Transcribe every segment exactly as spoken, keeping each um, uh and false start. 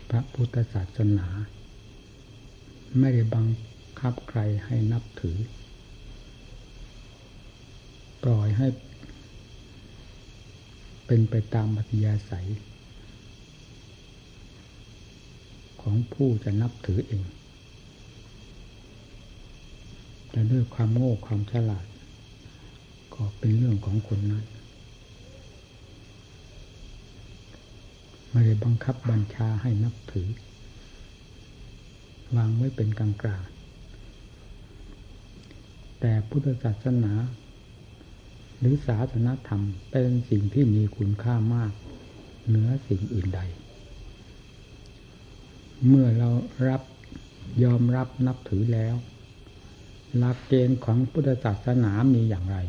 พระพุทธศาสนาไม่ได้บังคับใครให้นับถือปล่อยให้เป็นไปตามอัธยาศัยของผู้จะนับถือเองแต่ด้วยความโง่ความฉลาดก็เป็นเรื่องของคนนั้นไม่ได้บังคับบัญชาให้นับถือวางไว้เป็นกลางกลางแต่พุทธศาสนาหรือศาสนธรรมเป็นสิ่งที่มีคุณค่ามากเหนือสิ่งอื่นใดเมื่อเรารับยอมรับนับถือแล้วหลักเกณฑ์ของพุทธศาสนามีอย่างไร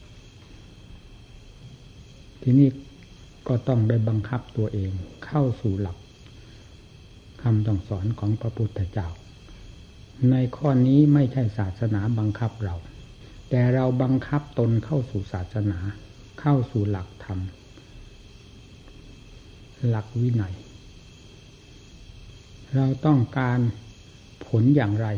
ที่นี่ก็ต้องได้บังคับตัวเองเข้าสู่หลักคำสั่งสอนของพระพุทธเจ้าในข้อนี้ไม่ใช่ศาสนาบังคับเราแต่เราบังคับตนเข้าสู่ศาสนาเข้าสู่หลักธรรมหลักวินัยเราต้องการผลอย่างไร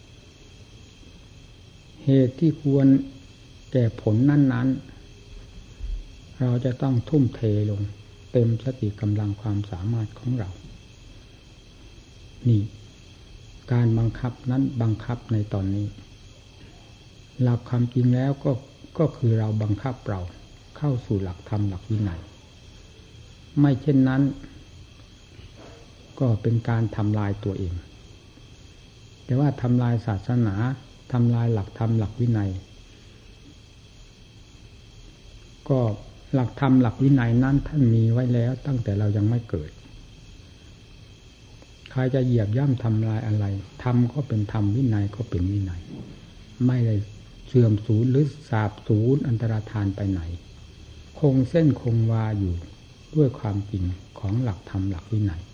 เหตุที่ควรแก่ผลนั้นๆเราจะต้องทุ่มเทลงเต็มสติกำลังความสามารถของเรานี่การบังคับนั้นบังคับในตอนนี้หลักความจริงแล้วก็ก็คือเราบังคับเราเข้าสู่หลักธรรมหลักวินัยไม่เช่นนั้นก็เป็นการทำลายตัวเองแต่ว่าทำลายศาสนาทำลายหลักธรรมหลักวินัยก็หลักธรรมหลักวินัยนั้นท่านมีไว้แล้วตั้งแต่เรายังไม่เกิดใครจะเหยียบย่ำทำลายอะไรธรรมก็เป็นธรรมวินัยก็เป็นวินัยไม่ได้เสื่อมสูญหรือสาบสูญอันตรธานไปไหนคงเส้นคงวาอยู่ด้วยความจริงของหลักธรรมหลักวินัย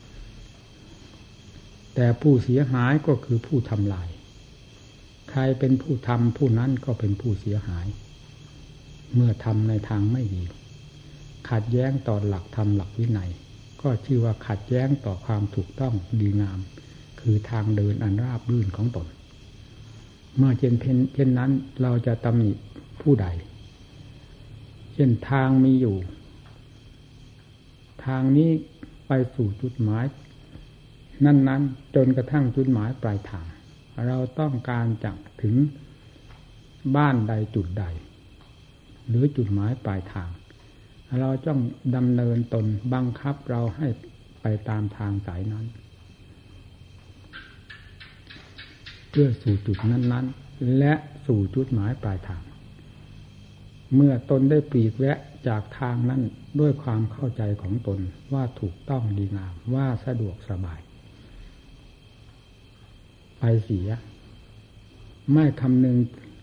แต่ผู้เสียหายก็คือผู้ทำลายใครเป็นผู้ทำผู้นั้นก็เป็นผู้เสียหายเมื่อทำในทางไม่ดีขัดแย้งต่อหลักธรรมหลักวินัยก็ชื่อว่าขัดแย้งต่อความถูกต้องดีงามคือทางเดินอันราบรื่นของตนเมื่อเช่นเช่นนั้นเราจะตำหนิผู้ใดเช่นทางมีอยู่ทางนี้ไปสู่จุดหมายนั้นๆจนกระทั่งจุดหมายปลายทางเราต้องการจะถึงบ้านใดจุดใดหรือจุดหมายปลายทางเราต้องดำเนินตนบังคับเราให้ไปตามทางสายนั้นเพื่อสู่จุดนั้นๆและสู่จุดหมายปลายทางเมื่อตนได้ปลีกแวะจากทางนั้นด้วยความเข้าใจของตนว่าถูกต้องดีงามว่าสะดวกสบายไปเสียไม่คำนึง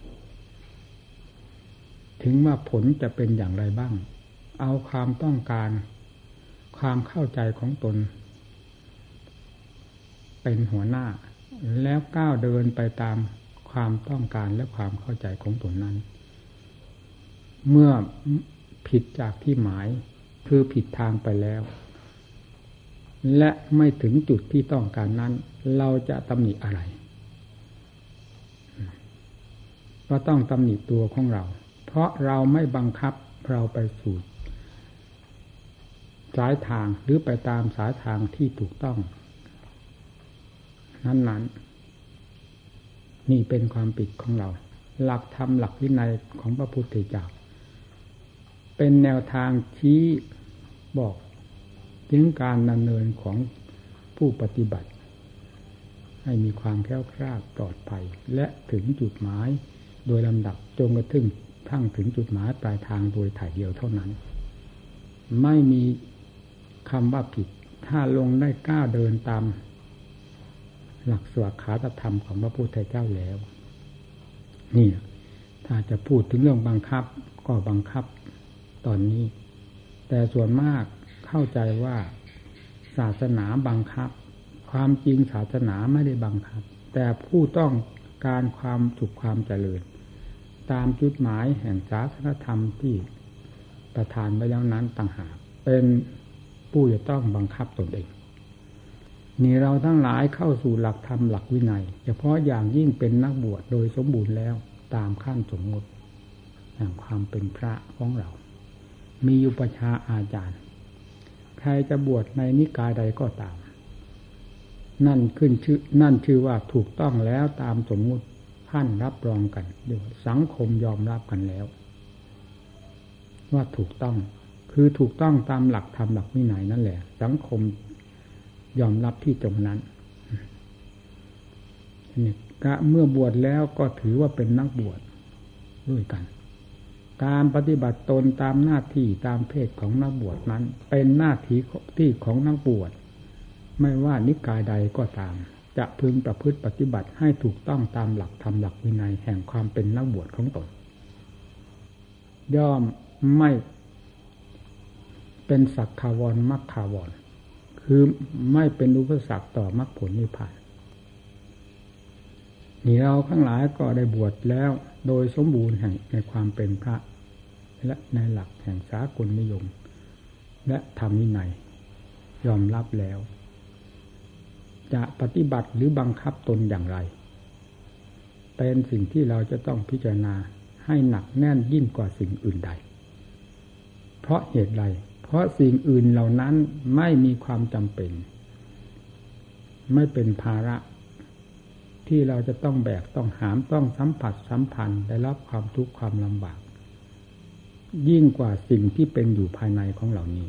ถึงว่าผลจะเป็นอย่างไรบ้างเอาความต้องการความเข้าใจของตนเป็นหัวหน้าแล้วก้าวเดินไปตามความต้องการและความเข้าใจของตนนั้นเมื่อผิดจากที่หมายคือผิดทางไปแล้วและไม่ถึงจุดที่ต้องการนั้นเราจะตำหนิอะไรก็ต้องตำหนิตัวของเราเพราะเราไม่บังคับเราไปสู่สายทางหรือไปตามสายทางที่ถูกต้องนั้นๆนี่เป็นความผิดของเราหลักธรรมหลักวินัยของพระพุทธเจ้าเป็นแนวทางชี้บอกถึงการดำเนินของผู้ปฏิบัติให้มีความแคล้วคลาดปลอดภัยและถึงจุดหมายโดยลำดับจนกระทั่งทั้งถึงจุดหมายปลายทางโดยถ่ายเดียวเท่านั้นไม่มีคำว่าผิดถ้าลงได้กล้าเดินตามหลักสวขาตธรรมของพระพุทธเจ้าแล้วนี่ถ้าจะพูดถึงเรื่องบังคับก็บังคับตอนนี้แต่ส่วนมากเข้าใจว่าศาสนาบังคับความจริงศาสนาไม่ได้บังคับแต่ผู้ต้องการความสุขความเจริญตามจุดหมายแห่งศาสนธรรมที่ประทานไว้แล้วนั้นต่างหากเป็นผู้จะต้องบังคับตนเองนี่เราทั้งหลายเข้าสู่หลักธรรมหลักวินัยเฉพาะอย่างยิ่งเป็นนักบวชโดยสมบูรณ์แล้วตามขั้นสมมติแห่งความเป็นพระของเรามีอุปชฌาย์อาจารย์ใครจะบวชในนิกายใดก็ตามนั่นขึ้นชื่อนั่นชื่อว่าถูกต้องแล้วตามสมมุติท่านรับรองกันเดี๋ยวสังคมยอมรับกันแล้วว่าถูกต้องคือถูกต้องตามหลักธรรมหลักวินัยนั่นแหละสังคมยอมรับที่ตรงนั้นนี่ก็เมื่อบวชแล้วก็ถือว่าเป็นนักบวชด้วยกันการปฏิบัติตนตามหน้าที่ตามเพศของนักบวชนั้นเป็นหน้าที่ที่ของนักบวชไม่ว่านิกายใดก็ตามจะพึงประพฤติปฏิบัติให้ถูกต้องตามหลักธรรมหลักวินัยแห่งความเป็นนักบวชของตนย่อมไม่เป็นสักขาวรมรรคขาวรคือไม่เป็นอุปสรรคต่อมรรคผลนิพพานนี่เราทั้งหลายก็ได้บวชแล้วโดยสมบูรณ์แห่งในความเป็นพระและในหลักแห่งสากลนิยมและธรรมวินัยยอมรับแล้วจะปฏิบัติหรือบังคับตนอย่างไรเป็นสิ่งที่เราจะต้องพิจารณาให้หนักแน่นยิ่งกว่าสิ่งอื่นใดเพราะเหตุใดเพราะสิ่งอื่นเหล่านั้นไม่มีความจำเป็นไม่เป็นภาระที่เราจะต้องแบกต้องหามต้องสัมผัสสัมพันธ์ได้รับความทุกข์ความลำบากยิ่งกว่าสิ่งที่เป็นอยู่ภายในของเหล่านี้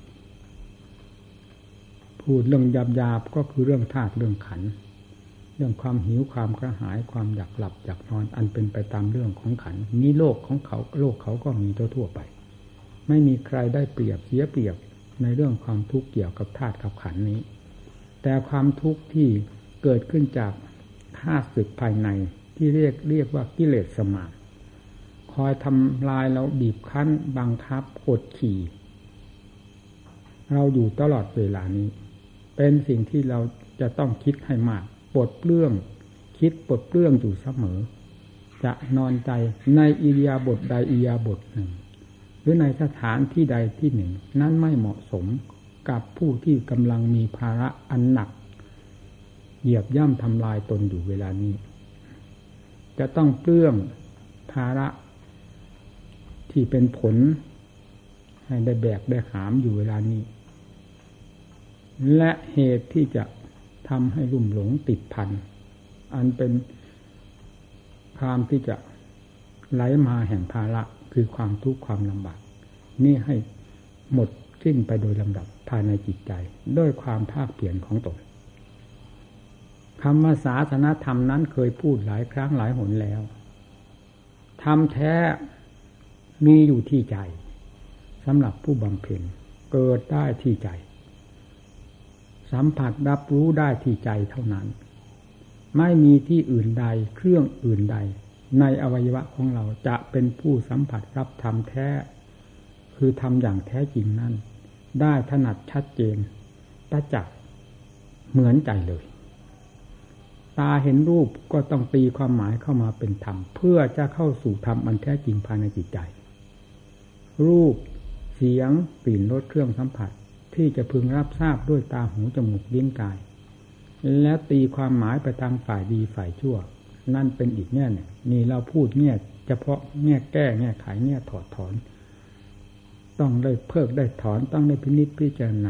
พูดเรื่องหยาบๆก็คือเรื่องธาตุเรื่องขันธ์เรื่องความหิวความกระหายความอยากหลับอยากนอนอันเป็นไปตามเรื่องของขันธ์นี้โลกของเขาโลกเขาก็มีทั่วๆไปไม่มีใครได้เปรียบเสียเปรียบในเรื่องความทุกข์เกี่ยวกับธาตุกับขันธ์นี้แต่ความทุกข์ที่เกิดขึ้นจากข้าศึกภายในที่เรียกเรียกว่ากิเลสสมานคอยทำลายเราบีบคั้นบังคับกดขี่เราอยู่ตลอดเวลานี้เป็นสิ่งที่เราจะต้องคิดให้มากปลดเปลื้องคิดปลดเปลื้องอยู่เสมอจะนอนใจในอิริยาบถใดอิริยาบถหนึ่งหรือในสถานที่ใดที่หนึ่งนั้นไม่เหมาะสมกับผู้ที่กำลังมีภาระอันหนักเหยียบย่ำทำลายตนอยู่เวลานี้จะต้องเปลื้องภาระที่เป็นผลให้ได้แบกได้หามอยู่เวลานี้และเหตุที่จะทำให้ลุ่มหลงติดพันอันเป็นความที่จะไหลมาแห่งภาระคือความทุกข์ความลำบากนี่ให้หมดสิ้นไปโดยลำดับภายในจิตใจด้วยความภาคเปลี่ยนของตนคำว่าศาสนธรรมนั้นเคยพูดหลายครั้งหลายหนแล้วธรรมแท้มีอยู่ที่ใจสำหรับผู้บำเพ็ญเกิดได้ที่ใจสัมผัสรับรู้ได้ที่ใจเท่านั้นไม่มีที่อื่นใดเครื่องอื่นใดในอวัยวะของเราจะเป็นผู้สัมผัสรับธรรมแท้คือธรรมอย่างแท้จริงนั้นได้ถนัดชัดเจนประจักษ์เหมือนใจเลยตาเห็นรูปก็ต้องตีความหมายเข้ามาเป็นธรรมเพื่อจะเข้าสู่ธรรมอันแท้จริงภายในจิตใจรูปเสียงกลิ่นรสเครื่องสัมผัสที่จะพึงรับทราบด้วยตาหูจมูกลิ้นกายแล้วตีความหมายไปทางฝ่ายดีฝ่ายชั่วนั่นเป็นอีกแง่หนึ่งนี่เราพูดแง่เฉพาะแง่แก้แง่ไขแง่ถอดถอนต้องได้เพิกได้ถอนต้องได้พินิจพิจารณา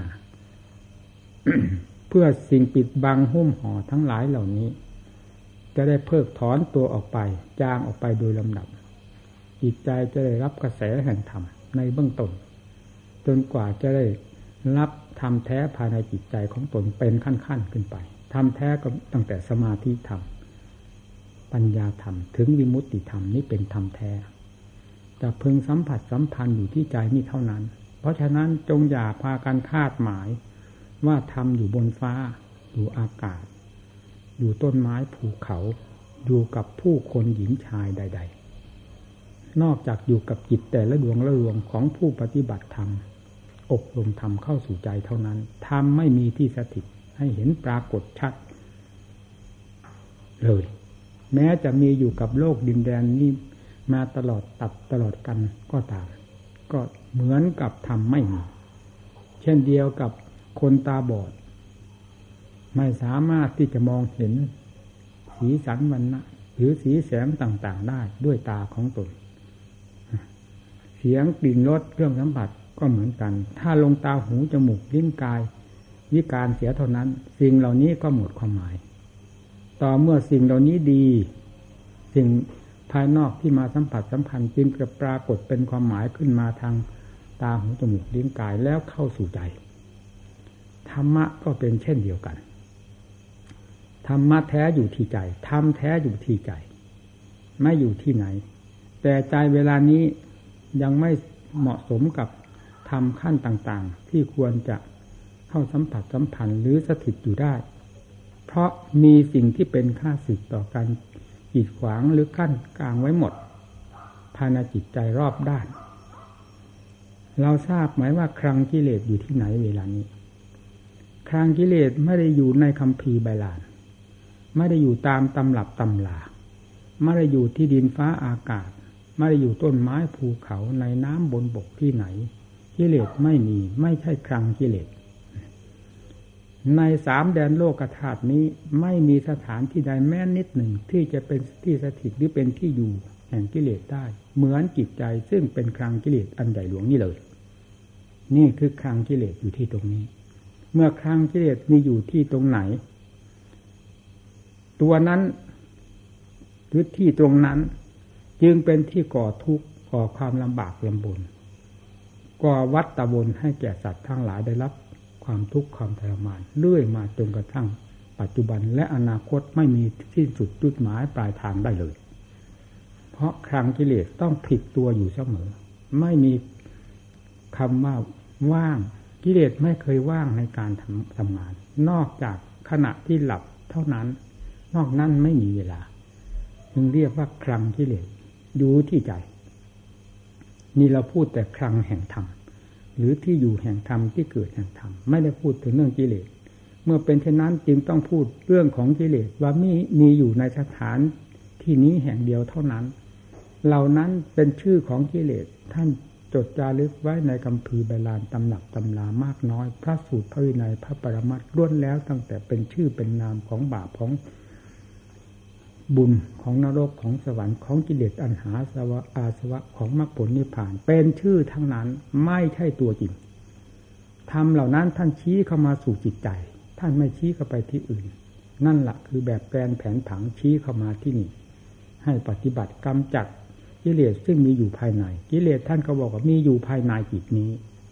เพื่อสิ่งปิดบังหุ้มห่อทั้งหลายเหล่านี้จะได้เพิกถอนตัวออกไปจางออกไปโดยลำดับจิตใจจะได้รับกระแสแห่งธรรมในเบื้องต้นจนกว่าจะได้รับธรรมแท้ภายในจิตใจของตนเป็นขั้นๆขึ้นไปธรรมแท้ก็ตั้งแต่สมาธิธรรมปัญญาธรรมถึงวิมุตติธรรมนี้เป็นธรรมแท้จะพึงสัมผัสสัมพันธ์อยู่ที่ใจนี้เท่านั้นเพราะฉะนั้นจงอย่าพากันคาดหมายว่าธรรมอยู่บนฟ้าอยู่อากาศอยู่ต้นไม้ภูเขาอยู่กับผู้คนหญิงชายใดๆนอกจากอยู่กับจิตแต่ละดวงละดวงของผู้ปฏิบัติธรรมอบรมธรรมเข้าสู่ใจเท่านั้นธรรมไม่มีที่สถิตให้เห็นปรากฏชัดเลยแม้จะมีอยู่กับโลกดินแดนนี้มาตลอดตัดตลอดกันก็ตามก็เหมือนกับธรรมไม่มีเช่นเดียวกับคนตาบอดไม่สามารถที่จะมองเห็นสีสันวรรณะหรือสีแสงต่างๆได้ด้วยตาของตนเสียงกลิ่นรสเครื่องสัมผัสก็เหมือนกันถ้าลงตาหูจมูกลิ้นกายวิการเสียเท่านั้นสิ่งเหล่านี้ก็หมดความหมายต่อเมื่อสิ่งเหล่านี้ดีสิ่งภายนอกที่มาสัมผัสสัมพันธ์จึงจะปรากฏเป็นความหมายขึ้นมาทางตาหูจมูกลิ้นกายแล้วเข้าสู่ใจธรรมะก็เป็นเช่นเดียวกันธรรมะแท้อยู่ที่ใจธรรมแท้อยู่ที่ใจไม่อยู่ที่ไหนแต่ใจเวลานี้ยังไม่เหมาะสมกับธรรมขั้นต่างๆที่ควรจะเข้าสัมผัสสัมพันธ์หรือสถิตอยู่ได้เพราะมีสิ่งที่เป็นข้าศึกต่อการกีดขวางหรือกั้นกลางไว้หมดภายในจิตใจรอบด้านเราทราบไหมว่าคลังกิเลสอยู่ที่ไหนเวลานี้คลังกิเลสไม่ได้อยู่ในคัมภีร์ไบลานไม่ได้อยู่ตามตำรับตำราไม่ได้อยู่ที่ดินฟ้าอากาศไม่ได้อยู่ต้นไม้ภูเขาในน้ำบนบกที่ไหนกิเลสไม่มีไม่ใช่คลังกิเลสในสามแดนโลกธาตุนี้ไม่มีสถานที่ใดแม้นิดหนึ่งที่จะเป็นที่สถิตหรือเป็นที่อยู่แห่งกิเลสได้เหมือนจิตใจซึ่งเป็นคลังกิเลสอันใหญ่หลวงนี่เลยนี่คือคลังกิเลสอยู่ที่ตรงนี้เมื่อคลังกิเลสมีอยู่ที่ตรงไหนตัวนั้นหรือที่ตรงนั้นจึงเป็นที่ก่อทุกข์ก่อความลำบากลำบนก่อวัฏฏะวนให้แก่สัตว์ทั้งหลายได้รับความทุกข์ความทรมานเรื่อยมาจนกระทั่งปัจจุบันและอนาคตไม่มีที่สุดจุดหมายปลายทางได้เลยเพราะคลังกิเลสต้องผิดตัวอยู่เสมอไม่มีคำว่าว่างกิเลสไม่เคยว่างในการทำทำงานนอกจากขณะที่หลับเท่านั้นนอกนั้นไม่มีเวลาจึงเรียกว่าคลังกิเลสอยู่ที่ใจนี่เราพูดแต่คลังแห่งธรรมหรือที่อยู่แห่งธรรมที่เกิดแห่งธรรมไม่ได้พูดถึงเรื่องกิเลสเมื่อเป็นเช่นนั้นจึงต้องพูดเรื่องของกิเลสว่ามีมีอยู่ในสถานที่นี้แห่งเดียวเท่านั้นเหล่านั้นเป็นชื่อของกิเลสท่านจดจารึกไว้ในคัมภีร์ไบลานตำหนักตำรามากน้อยพระสูตรพระวินัยพระปรมัตถ์ล้วนแล้วตั้งแต่เป็นชื่อเป็นนามของบาปของบุญของนรกของสวรรค์ของกิเลสอันหาสวะอาสวะของมรรคผลนิพพานเป็นชื่อทั้งนั้นไม่ใช่ตัวจริงธรรมเหล่านั้นท่านชี้เข้ามาสู่จิตใจท่านไม่ชี้เข้าไปที่อื่นนั่นแหละคือแบบแปลนแผนผังชี้เข้ามาที่นี่ให้ปฏิบัติกำจัดกิเลสซึ่งมีอยู่ภายในกิเลสท่านก็บอกว่ามีอยู่ภายในจิตนี้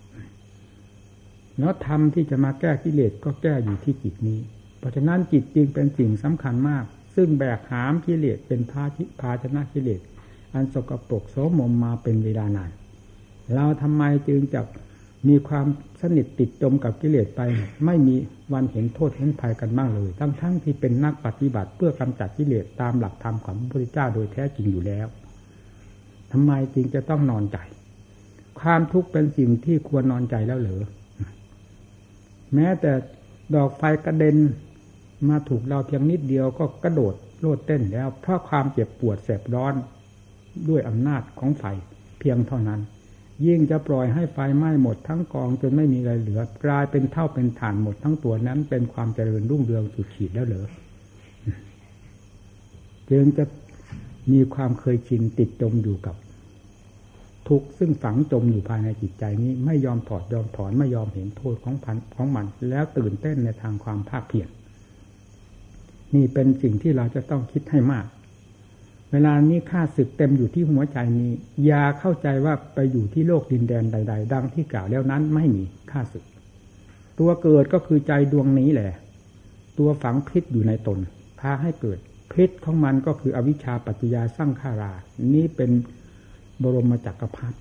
แล้วธรรมที่จะมาแก้กิเลสก็แก้อยู่ที่จิตนี้เพราะฉะนั้นจิตจึงเป็นสิ่งสำคัญมากซึ่งแบกหามกิเลสเป็นภาชิภาชนะกิเลสอันสกปรกโสมมมาเป็นเวลานานเราทำไมจึงจะมีความสนิทติดจมกับกิเลสไปไม่มีวันเห็นโทษเห็นภัยกันบ้างเลยทั้งๆ ท, ที่เป็นนักปฏิบัติเพื่อกำจัดกิเลสตามหลักธรรมของพระพุทธเจ้าโดยแท้จริงอยู่แล้วทำไมจึงจะต้องนอนใจความทุกข์เป็นสิ่งที่ควรนอนใจแล้วเหรอแม้แต่ดอกไฟกระเด็นมาถูกเราเพียงนิดเดียวก็กระโดดโลดเต้นแล้วเพราะความเจ็บปวดแสบร้อนด้วยอำนาจของไฟเพียงเท่านั้นยิ่งจะปล่อยให้ไฟไหม้หมดทั้งกองจนไม่มีอะไรเหลือกลายเป็นเท่าเป็นฐานหมดทั้งตัวนั้นเป็นความเจริญรุ่งเรืองสุดขีดแล้วเหรอจึงจะมีความเคยชินติดจมอยู่กับทุกข์ซึ่งฝังจมอยู่ภายในจิตใจนี้ไม่ยอมถอดยอมถอนไม่ยอมเห็นโทษของพันของมันแล้วตื่นเต้นในทางความภาคเพียรนี่เป็นสิ่งที่เราจะต้องคิดให้มากเวลานี้ข้าศึกเต็มอยู่ที่หัวใจนี้อย่าเข้าใจว่าไปอยู่ที่โลกดินแดนใดๆดังที่กล่าวแล้วนั้นไม่มีข้าศึกตัวเกิดก็คือใจดวงนี้แหละตัวฝังพิษอยู่ในตนพาให้เกิดพิษของมันก็คืออวิชชาปัจจยาสร้างขารานี้เป็นบรมจักรพรรดิ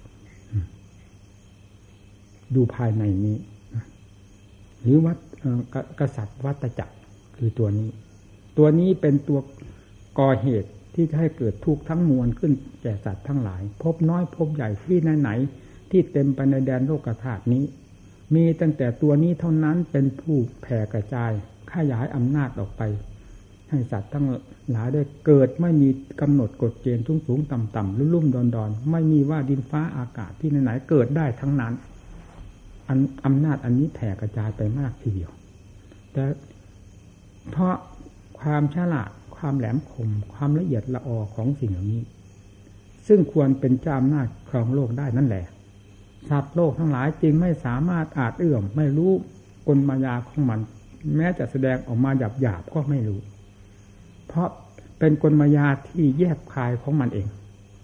ดูภายในนี้หรือวัดกษัตริย์วัฏจักรคือตัวนี้ตัวนี้เป็นตัวก่อเหตุที่จะให้เกิดทุกข์ทั้งมวลขึ้นแก่สัตว์ทั้งหลายพบน้อยพบใหญ่ที่ไหนๆที่เต็มไปในแดนโลกธาตุนี้มีตั้งแต่ตัวนี้เท่านั้นเป็นผู้แผ่กระจายขยายอำนาจออกไปให้สัตว์ทั้งหลายได้เกิดไม่มีกำหนดกฎเกณฑ์สูงๆต่ำๆลุ่มๆดอนๆไม่มีว่าดินฟ้าอากาศที่ไหนๆเกิดได้ทั้งนั้นอันอำนาจอันนี้แผ่กระจายไปมากทีเดียวแต่เพราะความฉลาดความแหลมคมความละเอียดละออของสิ่งเหล่านี้ซึ่งควรเป็นเจ้าอำนาจครองโลกได้นั่นแหละสัตว์โลกทั้งหลายจึงไม่สามารถอาจเอื้อมไม่รู้กลมายาของมันแม้จะแสดงออกมาหยาบๆก็ไม่รู้เพราะเป็นกลมายาที่แยบคายของมันเอง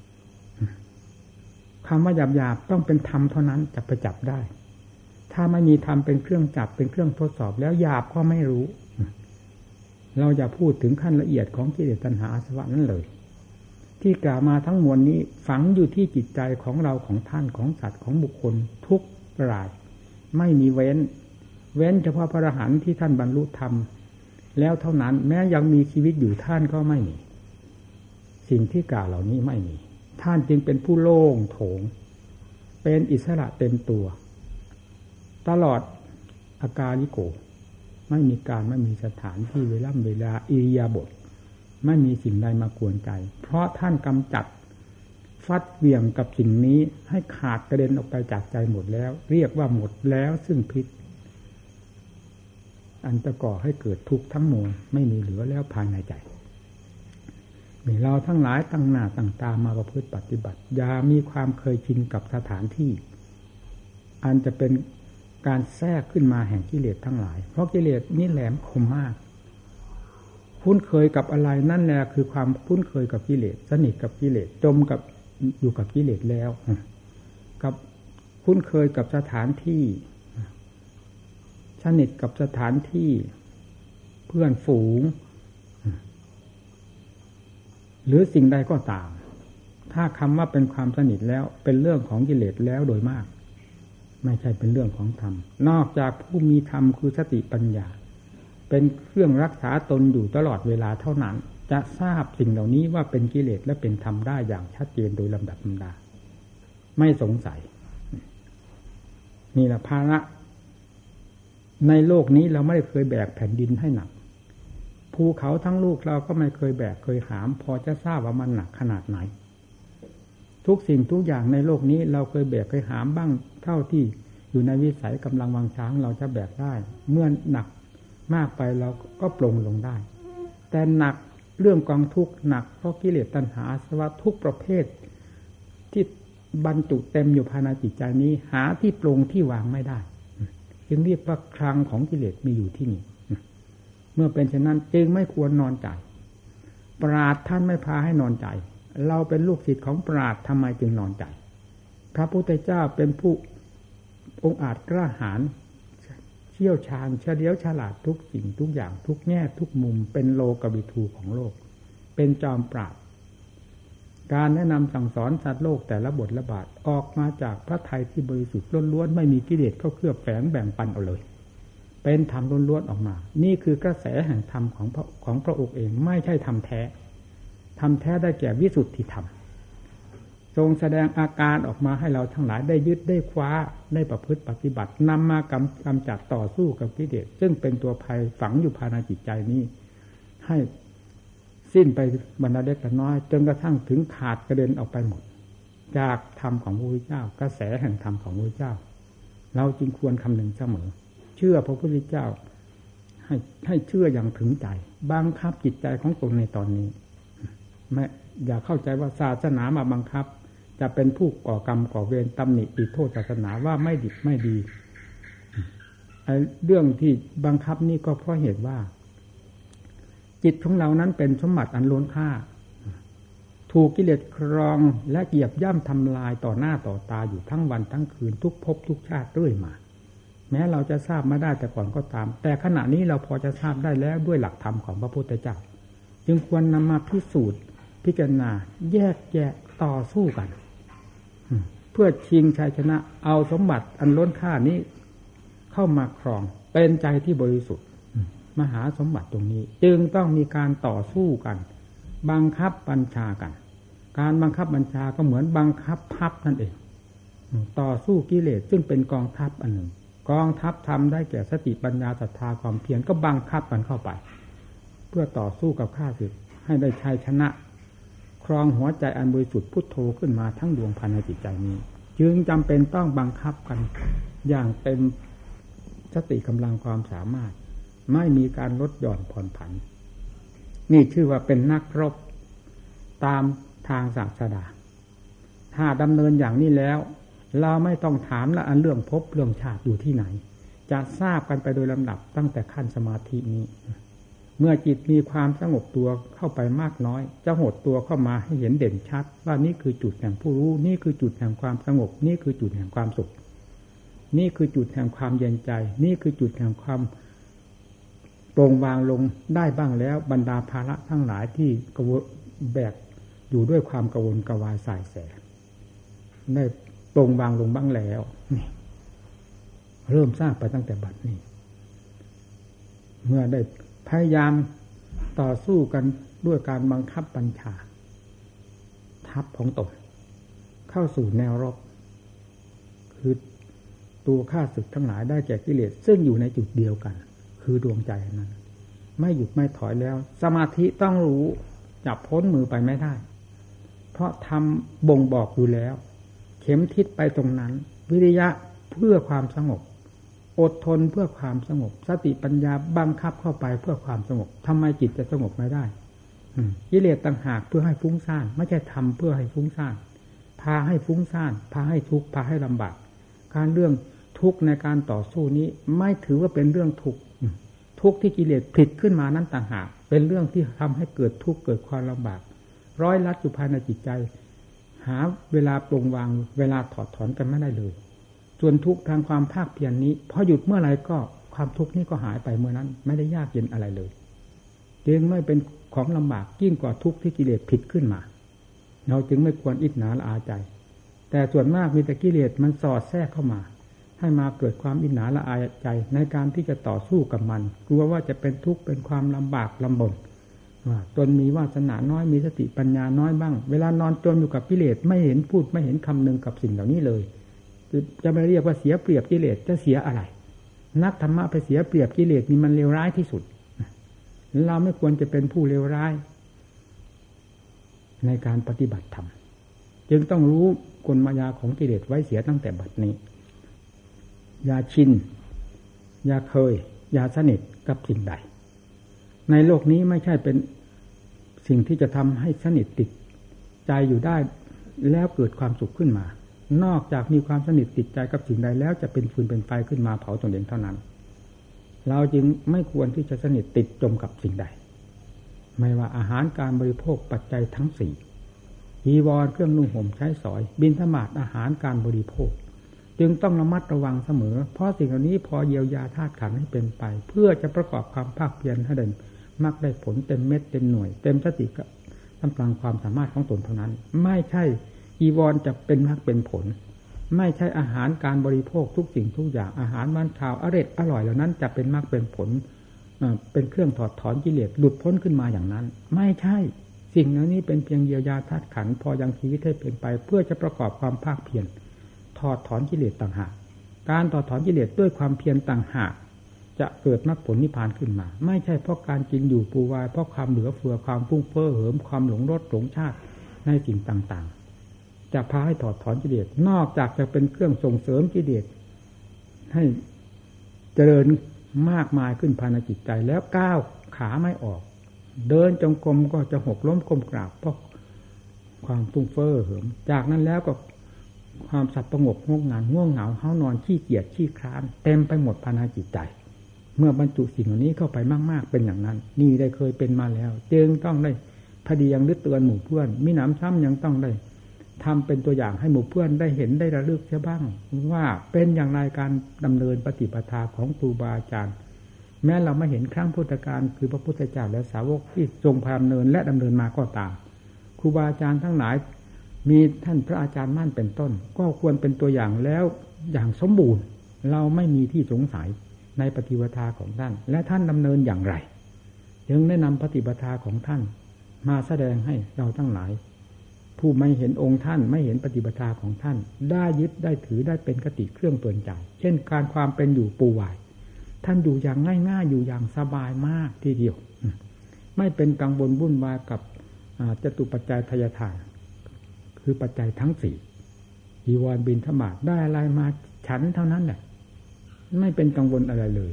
คำว่าหยาบๆต้องเป็นธรรมเท่านั้นจะไปจับได้ถ้าไม่มีธรรมเป็นเครื่องจับเป็นเครื่องทดสอบแล้วหยาบก็ไม่รู้เราอย่าพูดถึงขั้นละเอียดของกิเลสตัณหาอาสวะนั้นเลยที่กล่าวมาทั้งมวลนี้ฝังอยู่ที่จิตใจของเราของท่านของสัตว์ของบุคคลทุกรายไม่มีเว้นเว้นเฉพาะพระอรหันต์ที่ท่านบรรลุธรรมแล้วเท่านั้นแม้ยังมีชีวิตอยู่ท่านก็ไม่มีสิ่งที่กล่าวเหล่านี้ไม่มีท่านจึงเป็นผู้โล่งโถงเป็นอิสระเต็มตัวตลอดอากาลิโกไม่มีการไม่มีสถานที่เวลาเวลาอิริยาบถไม่มีสิ่งใดมากวนใจเพราะท่านกำจัดฟัดเหวี่ยงกับสิ่งนี้ให้ขาดกระเด็นออกไปจากใจหมดแล้วเรียกว่าหมดแล้วซึ่งพิษอันจะก่อให้เกิดทุกข์ทั้งมวลไม่มีเหลือแล้วภายในใจมีเราทั้งหลายตั้งหน้าตั้งตามาประพฤติปฏิบัติอย่ามีความเคยชินกับสถานที่อันจะเป็นการแทรกขึ้นมาแห่งกิเลสทั้งหลายเพราะกิเลสนี่แหลมคมมากคุ้นเคยกับอะไรนั่นแหละคือความคุ้นเคยกับกิเลสสนิทกับกิเลสจมกับอยู่กับกิเลสแล้วกับคุ้นเคยกับสถานที่สนิทกับสถานที่เพื่อนฝูงหรือสิ่งใดก็ตามถ้าคำว่าเป็นความสนิทแล้วเป็นเรื่องของกิเลสแล้วโดยมากไม่ใช่เป็นเรื่องของธรรมนอกจากผู้มีธรรมคือสติปัญญาเป็นเครื่องรักษาตนอยู่ตลอดเวลาเท่านั้นจะทราบสิ่งเหล่านี้ว่าเป็นกิเลสและเป็นธรรมได้อย่างชัดเจนโดยลำดับลำดาไม่สงสัยนี่แหละภาระในโลกนี้เราไม่ได้เคยแบกแผ่นดินให้หนักภูเขาทั้งลูกเราก็ไม่เคยแบกเคยหามพอจะทราบว่ามันหนักขนาดไหนทุกสิ่งทุกอย่างในโลกนี้เราเคยแบกเคยหามบ้างเท่าที่อยู่ในวิสัยกำลังวังช้างเราจะแบกได้เมื่อหนักมากไปเราก็ปลงลงได้แต่หนักเรื่องกองทุกข์หนักเพราะกิเลสตัณหาอาสวะทุกประเภทที่บรรจุเต็มอยู่ภายในจิตใจนี้หาที่ปลงที่วางไม่ได้จึงเรียกว่าคลังของกิเลสมีอยู่ที่นี่เมื่อเป็นเช่นนั้นจึงไม่ควรนอนใจปราชญ์ท่านไม่พาให้นอนใจเราเป็นลูกศิษย์ของปราชญ์ทำไมจึงนอนใจพระพุทธเจ้าเป็นผู้องค์อาจกล้าหาญเชี่ยวชาญเฉลียวฉลาดทุกสิ่งทุกอย่างทุกแง่ทุกมุมเป็นโลกวิทูของโลกเป็นจอมปราชญ์การแนะนำสั่งสอนสัตว์โลกแต่ละบทละบาทออกมาจากพระทัยที่บริสุทธิ์ล้วนๆไม่มีกิเลสเข้าเคลือบแฝงแบ่งปันเอาเลยเป็นธรรมล้วนๆออกมานี่คือกระแสแห่งธรรมของพระของพระองค์เองไม่ใช่ธรรมแท้ธรรมแท้ได้แก่วิสุทธิธรรมทรงแสดงอาการออกมาให้เราทั้งหลายได้ยึดได้คว้าได้ประพฤติปฏิบัตินำมากำกำจัดต่อสู้กับกิเลสซึ่งเป็นตัวภัยฝังอยู่ภายในจิตใจนี้ให้สิ้นไปบรรดาเล็กน้อยจนกระทั่งถึงขาดกระเด็นออกไปหมดจากธรรมของพระพุทธเจ้ากระแสแห่งธรรมของพระพุทธเจ้าเราจึงควรคำนึงเสมอเชื่อพระพุทธเจ้าให้ให้เชื่ออย่างถึงใจบังคับจิตใจของตนในตอนนี้ไม่อย่าเข้าใจว่าศาสนามาบังคับจะเป็นผู้ก่อกรรมก่อเวรตำหนิติโทษศาสนาว่าไม่ดีไม่ดีไอ้เรื่องที่บังคับนี่ก็เพราะเหตุว่าจิตของเรานั้นเป็นสมบัติอันล้นค่าถูกกิเลสครองและเหยียบย่ำทำลายต่อหน้าต่อตาอยู่ทั้งวันทั้งคืนทุกภพทุกชาติเรื่อยมาแม้เราจะทราบมาได้แต่ก่อนก็ตามแต่ขณะนี้เราพอจะทราบได้แล้วด้วยหลักธรรมของพระพุทธเจ้าจึงควรนำมาพิสูจน์พิจารณาแยกแยะต่อสู้กันเพื่อชิงชัยชนะเอาสมบัติอันล้นค่านี้เข้ามาครองเป็นใจที่บริสุทธิ์มหาสมบัติตรงนี้จึงต้องมีการต่อสู้กันบังคับบัญชากันการบังคับบัญชาก็เหมือนบังคับทัพนั่นเองต่อสู้กิเลสซึ่งเป็นกองทัพอันหนึ่งกองทัพทำได้แก่สติปัญญาศรัทธาความเพียรก็บังคับกันเข้าไปเพื่อต่อสู้กับข้าศึกให้ได้ชัยชนะครองหัวใจอันบริสุทธิ์พุทโธขึ้นมาทั้งดวงภายในจิตใจนี้จึงจำเป็นต้องบังคับกันอย่างเต็มสติกำลังความสามารถไม่มีการลดหย่อนผ่อนผันนี่ชื่อว่าเป็นนักรบตามทางศาสดาถ้าดำเนินอย่างนี้แล้วเราไม่ต้องถามละอันเรื่องภพเรื่องชาติอยู่ที่ไหนจะทราบกันไปโดยลำดับตั้งแต่ขั้นสมาธินี้เมื่อจิตมีความสงบตัวเข้าไปมากน้อยจะหดตัวเข้ามาให้เห็นเด่นชัดว่านี่คือจุดแห่งผู้รู้นี่คือจุดแห่งความสงบนี่คือจุดแห่งความสุขนี่คือจุดแห่งความเย็นใจนี่คือจุดแห่งความโปร่งวางลงได้บ้างแล้วบรรดาภาระทั้งหลายที่กระวแบกอยู่ด้วยความกังวลกวายสายแสได้โปร่งวางลงบ้างแล้วนี่เริ่มสร้างไปตั้งแต่บัดนี้เมื่อได้พยายามต่อสู้กันด้วยการบังคับบัญชาทัพของตนเข้าสู่แนวรบคือตัวข้าศึกทั้งหลายได้แก่กิเลสซึ่งอยู่ในจุดเดียวกันคือดวงใจนั้นไม่หยุดไม่ถอยแล้วสมาธิต้องรู้จับพ้นมือไปไม่ได้เพราะทำบ่งบอกอยู่แล้วเข็มทิศไปตรงนั้นวิริยะเพื่อความสงบอดทนเพื่อความสงบสติปัญญาบังคับเข้าไปเพื่อความสงบทำไมจิตจะสงบไม่ได้กิเลสต่างหากเพื่อให้ฟุ้งซ่านไม่ใช่ทำเพื่อให้ฟุ้งซ่านพาให้ฟุ้งซ่านพาให้ทุกข์พาให้ลำบากการเรื่องทุกข์ในการต่อสู้นี้ไม่ถือว่าเป็นเรื่องทุกข์ทุกข์ที่กิเลสผลิตขึ้นมานั้นต่างหากเป็นเรื่องที่ทำให้เกิดทุกข์เกิดความลำบากร้อยลัดอยู่ภายในจิตใจหาเวลาปลงวางเวลาถอดถอนกันไม่ได้เลยส่วนทุกข์ทางความภาคเพียร น, นี้พอหยุดเมื่อไหร่ก็ความทุกข์นี้ก็หายไปเมื่อนั้นไม่ได้ยากเย็นอะไรเลยจึงไม่เป็นของลำบากยิ่งกว่าทุกข์ที่กิเลสผลิตขึ้นมาเราจึงไม่ควรอิจฉาละอาใจแต่ส่วนมากมีแต่กิเลสมันสอดแทรกเข้ามาให้มาเกิดความอิจฉาละอาใจในการที่จะต่อสู้กับมันกลัวว่าจะเป็นทุกข์เป็นความลำบากลำบนตนมีวาสนาน้อยมีสติปัญญาน้อยบ้างเวลานอนจมอยู่กับกิเลสไม่เห็นพูดไม่เห็นคำนึงกับสิ่งเหล่านี้เลยจะไม่เรียกว่าเสียเปรียบกิเลสจะเสียอะไรนักธรรมะไปเสียเปรียบกิเลสนี่มันเลวร้ายที่สุดเราไม่ควรจะเป็นผู้เลวร้ายในการปฏิบัติธรรมจึงต้องรู้กลมายาของกิเลสไว้เสียตั้งแต่บัดนี้อย่าชินอย่าเคยอย่าสนิทกับสิ่งใดในโลกนี้ไม่ใช่เป็นสิ่งที่จะทำให้สนิทติดใจอยู่ได้แล้วเกิดความสุขขึ้นมานอกจากมีความสนิทติดใจกับสิ่งใดแล้วจะเป็นฟืนเป็นไฟขึ้นมาเผาตนเองเท่านั้นเราจึงไม่ควรที่จะสนิทติดจมกับสิ่งใดไม่ว่าอาหารการบริโภคปัจจัยทั้งสี่จีวรเครื่องนุ่งห่มใช้สอยบิณฑบาตอาหารการบริโภคจึงต้องระมัดระวังเสมอเพราะสิ่งเหล่านี้พอเยียวยาธาตุขันธ์ให้เป็นไปเพื่อจะประกอบความภาคเพียรให้ได้มักได้ผลเต็มเม็ดเต็มหน่วยเต็มสติกำลังความสามารถของตนเท่านั้นไม่ใช่จีวรจะเป็นมรรคเป็นผลไม่ใช่อาหารการบริโภคทุกสิ่งทุกอย่างอาหารวันข้าวอร่อยอร่อยเหล่านั้นจะเป็นมรรคเป็นผลเป็นเครื่องถอดถอนกิเลสหลุดพ้นขึ้นมาอย่างนั้นไม่ใช่สิ่งเหล่านี้เป็นเพียงเยียวยาธาตุขันธ์พอยังชีวิตให้เป็นไปเพื่อจะประกอบความภาคเพียรถอดถอนกิเลสต่างหากการถอดถอนกิเลสด้วยความเพียรต่างหากจะเกิดมรรคผลนิพพานขึ้นมาไม่ใช่เพราะการกินอยู่ปูวายเพราะความเหลือเฟือความฟุ้งเฟ้อเหิมความหลงรสหลงชาติในสิ่งต่างๆจะพาให้ถอดถอนกิเลสนอกจากจะเป็นเครื่องส่งเสริมกิเลสให้เจริญมากมายขึ้นภายในจิตใจแล้วก้าวขาไม่ออกเดินจงกรมก็จะหกล้มก้มกราบเพราะความฟุ้งเฟ้อเหิมจากนั้นแล้วก็ความสับประงกง่วงงานง่วงเหงาเฮานอนขี้เกียจขี้คร้านเต็มไปหมดภายในจิตใจเมื่อบรรจุสิ่งเหล่านี้เข้าไปมากๆเป็นอย่างนั้นนี่ได้เคยเป็นมาแล้วจึงต้องได้พอดียังนึกเตือนหมู่เพื่อนมิหนำซ้ำยังต้องได้ทำเป็นตัวอย่างให้หมู่เพื่อนได้เห็นได้ระลึกเสียบ้างว่าเป็นอย่างไรการดำเนินปฏิปทาของครูบาอาจารย์แม้เราไม่เห็นครั้งพุทธกาลคือพระพุทธเจ้าและสาวกที่ทรงพาดำเนินและดำเนินมาก็ตามครูบาอาจารย์ทั้งหลายมีท่านพระอาจารย์มั่นเป็นต้นก็ควรเป็นตัวอย่างแล้วอย่างสมบูรณ์เราไม่มีที่สงสัยในปฏิปทาของท่านและท่านดำเนินอย่างไรจึงได้นำปฏิปทาของท่านมาแสดงให้เราทั้งหลายผู้ไม่เห็นองค์ท่านไม่เห็นปฏิปทาของท่านได้ยึดได้ถือได้เป็นคติเครื่องเตือนใจเช่นการความเป็นอยู่ปูวายท่านอยู่อย่างง่ายๆอยู่อย่างสบายมากทีเดียวไม่เป็นกังวลวุ่นวายกับจตุปัจจัยทายทานคือปัจจัยทั้งสี่จีวรบิณฑบาตได้อะไรมาฉันเท่านั้นแหละไม่เป็นกังวลอะไรเลย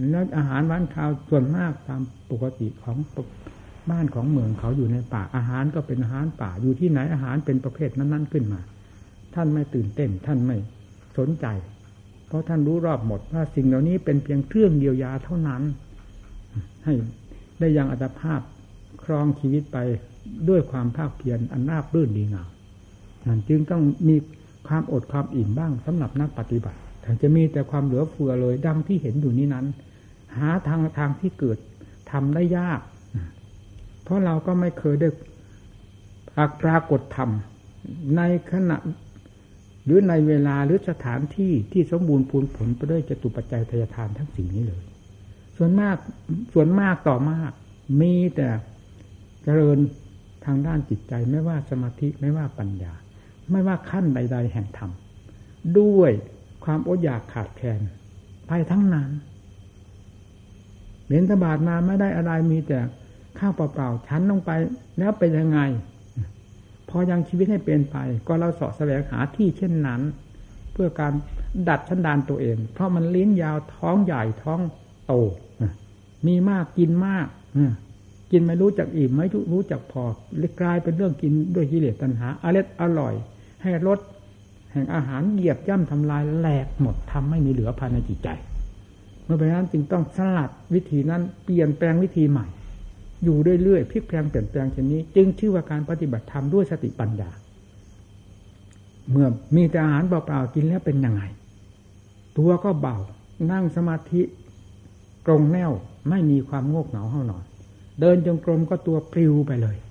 แล้วอาหารหวานข้าวส่วนมากตามปกติของบ้านของเมืองเขาอยู่ในป่าอาหารก็เป็นอาหารป่าอยู่ที่ไหนอาหารเป็นประเภทนั้นๆขึ้นมาท่านไม่ตื่นเต้นท่านไม่สนใจเพราะท่านรู้รอบหมดว่าสิ่งเหล่านี้เป็นเพียงเครื่องเยียวยาเท่านั้นให้ได้ยังอัตภาพครองชีวิตไปด้วยความภาคเพียรอันราบรื่นดีงามนั่นจึงต้องมีความอดความอิ่มบ้างสำหรับนักปฏิบัติแต่จะมีแต่ความเหลือเฟือเลยดังที่เห็นอยู่นี้นั้นหาทางทางที่เกิดทำได้ยากเพราะเราก็ไม่เคยได้ปรากฏธรรมในขณะหรือในเวลาหรือสถานที่ที่สมบูรณ์พูนผลไปด้วยจตุปัจจัยทายทานทั้งสิ่งนี้เลยส่วนมากส่วนมากต่อมากมีแต่เจริญทางด้านจิตใจไม่ว่าสมาธิไม่ว่าปัญญาไม่ว่าขั้นใดๆแห่งธรรมด้วยความอดอยากขาดแคลนไปทั้งนั้นเบิณฑบาตมาไม่ได้อะไรมีแต่ข้าวเปล่าๆฉันลงไปแล้วเป็นยังไงพอยังชีวิตให้เป็นไปก็เราเสาะแสวงหาที่เช่นนั้นเพื่อการดัดชันดานตัวเองเพราะมันลิ้นยาวท้องใหญ่ท้องโตมีมากกินมากกินไม่รู้จักอิ่มไม่รู้จักพอเลยกลายเป็นเรื่องกินด้วยกิเลสตัณหาอร่อยอร่อยให้รสแห่งอาหารเหยียบย่ำทำลายแหลกหมดทำไม่มีเหลือภายในจิตใจเมื่อเป็นนั้นจึงต้องสลัดวิธีนั้นเปลี่ยนแปลงวิธีใหม่อยู่เรื่อยๆพลิกแปลงเปลี่ยนแปลงเช่นนี้จึงชื่อว่าการปฏิบัติธรรมด้วยสติปัญญาเมื่อมีแต่อาหารเปล่าๆกินแล้วเป็นยังไงตัวก็เบานั่งสมาธิตรงแนวไม่มีความโงกเหงาเฮานอนเดินจงกรมก็ตัวปลิวไปเลย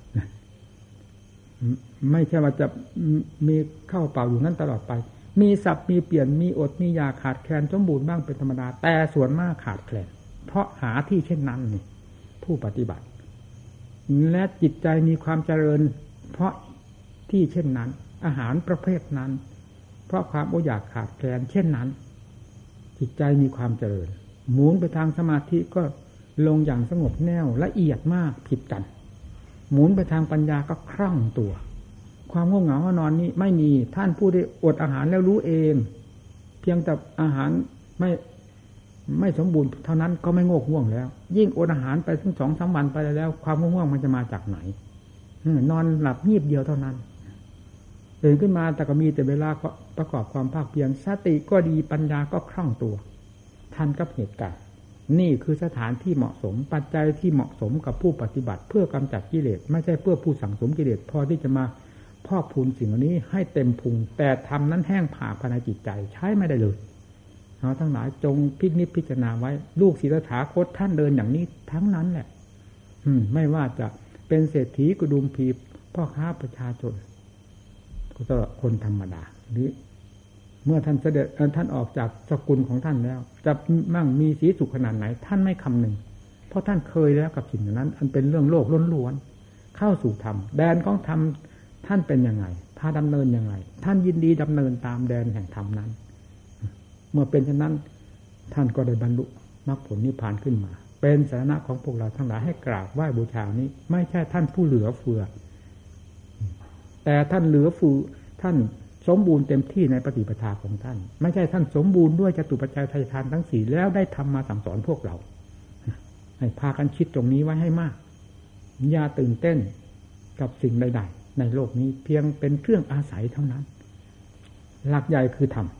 ไม่ใช่ว่าจะมีเข้าเปล่าอยู่นั้นตลอดไปมีสับมีเปลี่ยนมีอดมีอยากขาดแคลนสมบูรณ์บ้างเป็นธรรมดาแต่ส่วนมากขาดแคลนเพราะหาที่เช่นนั้นนี่ผู้ปฏิบัติและจิตใจมีความเจริญเพราะที่เช่นนั้นอาหารประเภทนั้นเพราะความอดอยากขาดแคลนเช่นนั้นจิตใจมีความเจริญหมุนไปทางสมาธิก็ลงอย่างสงบแน่วละเอียดมากผิดกันหมุนไปทางปัญญาก็คล่องตัวความง่วงเหงาหานอนนี้ไม่มีท่านผู้ได้อดอาหารแล้วรู้เองเพียงแต่อาหารไม่ไม่สมบูรณ์เท่านั้นก็ไม่ง่วงง่วงแล้วยิ่งอดอาหารไปถึงสองสามวันไปแล้วความง่วงง่วงมันจะมาจากไหนนอนหลับงีบเดียวเท่านั้นตื่นขึ้นมาแต่ก็มีแต่เวลาประกอบความภาคเพียรสติก็ดีปัญญาก็คล่องตัวทันกับเหตุการณ์นี่คือสถานที่เหมาะสมปัจจัยที่เหมาะสมกับผู้ปฏิบัติเพื่อกำจัดกิเลสไม่ใช่เพื่อผู้สั่งสมกิเลสพอที่จะมาพอกพูนสิ่งเหล่านี้ให้เต็มพุงแต่ทำนั้นแห้งผากภายในจิตใจใช้ไม่ได้เลยเราทั้งหลายจงพิจิตรพิจารณาไว้ลูกศิษย์ถาคตท่านเดินอย่างนี้ทั้งนั้นแหละอืมไม่ว่าจะเป็นเศรษฐีกุดุมพีพ่อค้าประชาชนก็ตลอดคนธรรมดาหรือเมื่อท่านเสด็จท่านออกจากสกุลของท่านแล้วจะมั่งมีสีสุขขนาดไหนท่านไม่คำนึงเพราะท่านเคยแล้วกับสิ่งนั้นอันเป็นเรื่องโลกล้วนๆเข้าสู่ธรรมแดนของธรรมท่านเป็นยังไงพาดำเนินยังไงท่านยินดีดำเนินตามแดนแห่งธรรมนั้นเมื่อเป็นเช่นนั้นท่านก็ได้บรรลุมรรคผลนิพพานขึ้นมาเป็นสาระของพวกเราทั้งหลายให้กราบไหว้บูชานี้ไม่ใช่ท่านผู้เหลือเฟือแต่ท่านเหลือเฟือท่านสมบูรณ์เต็มที่ในปฏิปทาของท่านไม่ใช่ท่านสมบูรณ์ด้วยจตุปัจจัยทายทานทั้งสี่แล้วได้ทำมาสั่งสอนพวกเราให้พากันคิดตรงนี้ไว้ให้มากอย่าตื่นเต้นกับสิ่งใดๆในโลกนี้เพียงเป็นเครื่องอาศัยเท่านั้นหลักใหญ่คือธรรม